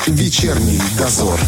Вечерний дозор.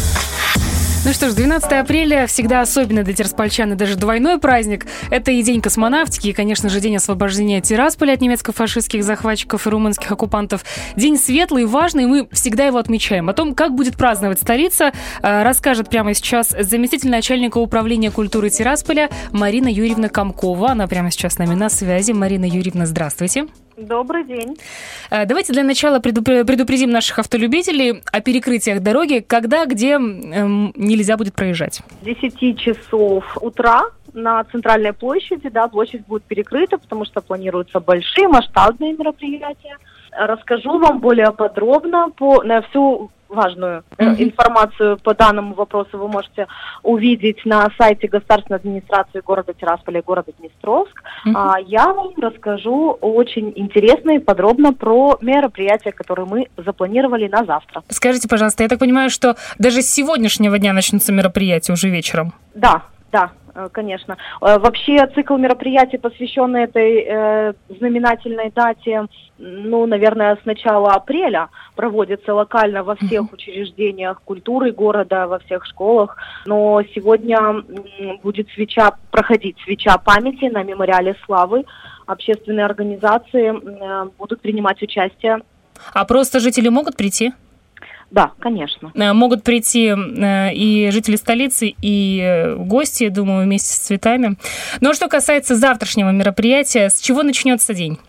Ну что ж, 12 апреля всегда особенно для тираспольчан и даже двойной праздник. Это и День космонавтики, и, конечно же, День освобождения Тирасполя от немецко-фашистских захватчиков и румынских оккупантов. День светлый и важный, и мы всегда его отмечаем. О том, как будет праздновать столица, расскажет прямо сейчас заместитель начальника управления культуры Тирасполя Марина Юрьевна Комкова. Она прямо сейчас с нами на связи. Марина Юрьевна, здравствуйте. Добрый день. Давайте для начала предупредим наших автолюбителей о перекрытиях дороги, когда, где нельзя будет проезжать. С 10 часов утра на центральной площади, площадь будет перекрыта, потому что планируются большие масштабные мероприятия. Расскажу вам более подробно на всю важную информацию по данному вопросу вы можете увидеть на сайте Государственной администрации города Тирасполя и города Днестровск. Я вам расскажу очень интересно и подробно про мероприятия, которые мы запланировали на завтра. Скажите, пожалуйста, я так понимаю, что даже с сегодняшнего дня начнутся мероприятия уже вечером? Да, конечно. Вообще цикл мероприятий, посвященный этой знаменательной дате, наверное, с начала апреля проводится локально во всех учреждениях культуры города, во всех школах. Но сегодня будет проходить свеча памяти на мемориале славы. Общественные организации будут принимать участие. А просто жители могут прийти? Да, конечно. Могут прийти и жители столицы, и гости, думаю, вместе с цветами. Но что касается завтрашнего мероприятия, с чего начнется день?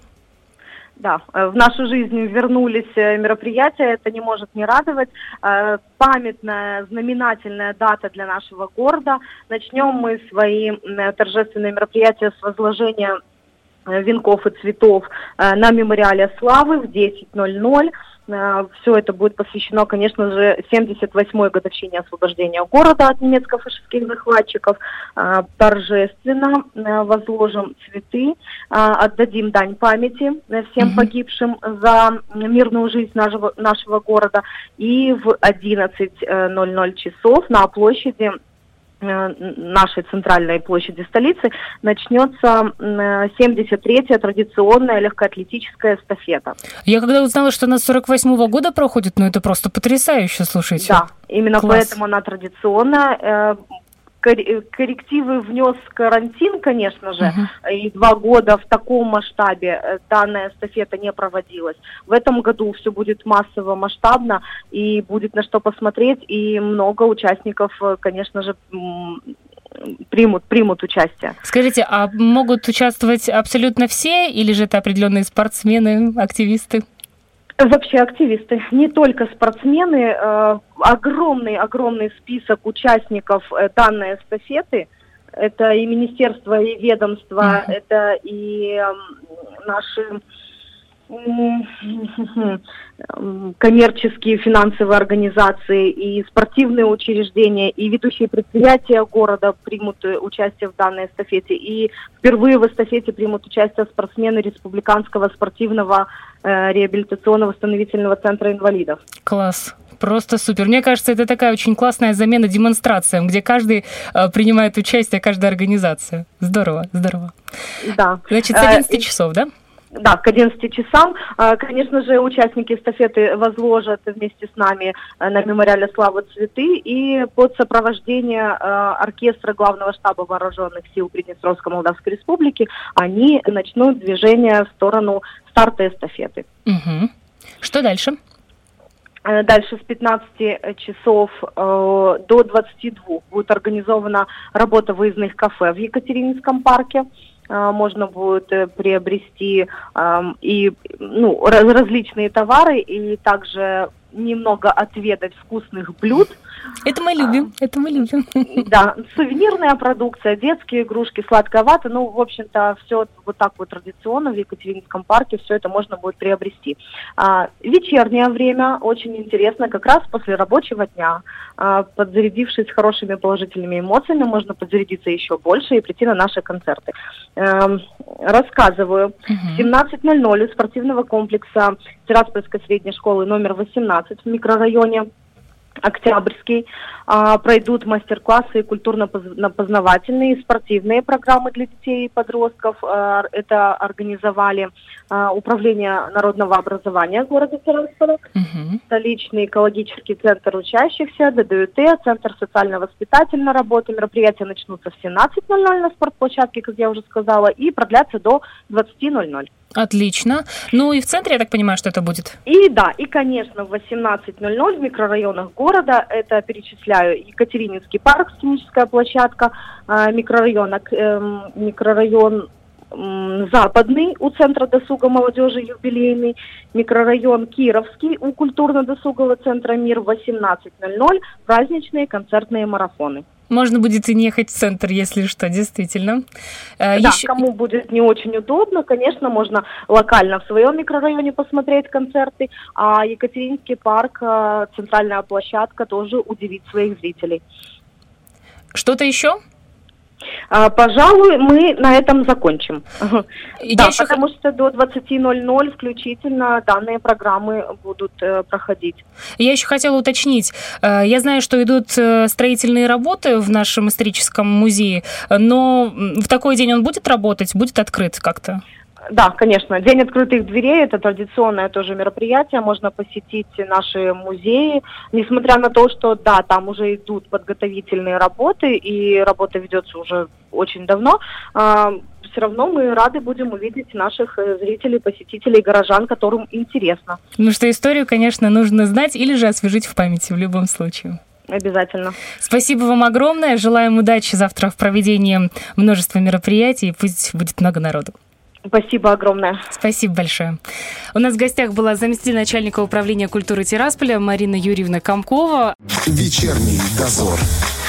Да, в нашу жизнь вернулись мероприятия, это не может не радовать. Памятная, знаменательная дата для нашего города. Начнем мы свои торжественные мероприятия с возложения венков и цветов на мемориале славы в 10:00. Все это будет посвящено, конечно же, 78-й годовщине освобождения города от немецко-фашистских захватчиков. Торжественно возложим цветы, отдадим дань памяти всем погибшим за мирную жизнь нашего города. И в 11:00 часов на площади, нашей центральной площади столицы, начнется 73-я традиционная легкоатлетическая эстафета. Я когда узнала, что она с 48-го года проходит, это просто потрясающе, слушайте. Да, именно Класс. Поэтому она традиционная. Коррективы внес карантин, конечно же, и 2 года в таком масштабе данная эстафета не проводилась. В этом году все будет массово, масштабно, и будет на что посмотреть, и много участников, конечно же, примут участие. Скажите, а могут участвовать абсолютно все, или же это определенные спортсмены, активисты? Вообще активисты, не только спортсмены, огромный список участников данной эстафеты. Это и министерства, и ведомства, это и наши коммерческие финансовые организации, и спортивные учреждения, и ведущие предприятия города примут участие в данной эстафете. И впервые в эстафете примут участие спортсмены Республиканского спортивного реабилитационно-восстановительного центра инвалидов. Класс. Просто супер. Мне кажется, это такая очень классная замена демонстрациям, где каждый принимает участие, каждая организация. Здорово. Да. Значит, с 11 часов, да? Да, к 11 часам. Конечно же, участники эстафеты возложат вместе с нами на мемориале славы цветы, и под сопровождение оркестра Главного штаба Вооруженных сил Приднестровской Молдавской Республики они начнут движение в сторону старта эстафеты. Что дальше? Дальше с 15 часов до 22 будет организована работа выездных кафе в Екатерининском парке. Можно будет приобрести различные товары и также немного отведать вкусных блюд. Это мы любим. Да, сувенирная продукция, детские игрушки, сладкая вата. В общем-то, все вот так вот традиционно в Екатерининском парке все это можно будет приобрести. Вечернее время очень интересно, как раз после рабочего дня, подзарядившись хорошими положительными эмоциями, можно подзарядиться еще больше и прийти на наши концерты. Рассказываю. В 17:00 из спортивного комплекса Тираспольской средней школы номер 18 в микрорайоне Октябрьский. Пройдут мастер-классы культурно-познавательные, спортивные программы для детей и подростков. Это организовали Управление народного образования города Тирасполя, столичный экологический центр учащихся, ДДУТ, Центр социально-воспитательной работы. Мероприятия начнутся в 17:00 на спортплощадке, как я уже сказала, и продлятся до 20:00. Отлично. Ну и в центре, я так понимаю, что это будет? И, конечно, в 18:00 в микрорайонах города, это, перечисляю, Екатерининский парк, сценическая площадка, микрорайон Западный у Центра досуга молодежи юбилейный, микрорайон Кировский у культурно-досугового центра «Мир» в 18:00 праздничные концертные марафоны. Можно будет и не ехать в центр, если что, действительно. Да, кому будет не очень удобно, конечно, можно локально в своем микрорайоне посмотреть концерты, а Екатерининский парк, центральная площадка, тоже удивит своих зрителей. Что-то еще? Пожалуй, мы на этом закончим. Потому что до 20:00 включительно данные программы будут проходить. Я еще хотела уточнить. Я знаю, что идут строительные работы в нашем историческом музее, но в такой день он будет работать, будет открыт как-то? Да, конечно. День открытых дверей – это традиционное тоже мероприятие. Можно посетить наши музеи. Несмотря на то, что, да, там уже идут подготовительные работы, и работа ведется уже очень давно, все равно мы рады будем увидеть наших зрителей, посетителей, горожан, которым интересно. Ну что, историю, конечно, нужно знать или же освежить в памяти в любом случае. Обязательно. Спасибо вам огромное. Желаем удачи завтра в проведении множества мероприятий. Пусть будет много народу. Спасибо огромное. Спасибо большое. У нас в гостях была заместитель начальника управления культуры Тирасполя Марина Юрьевна Комкова. Вечерний дозор.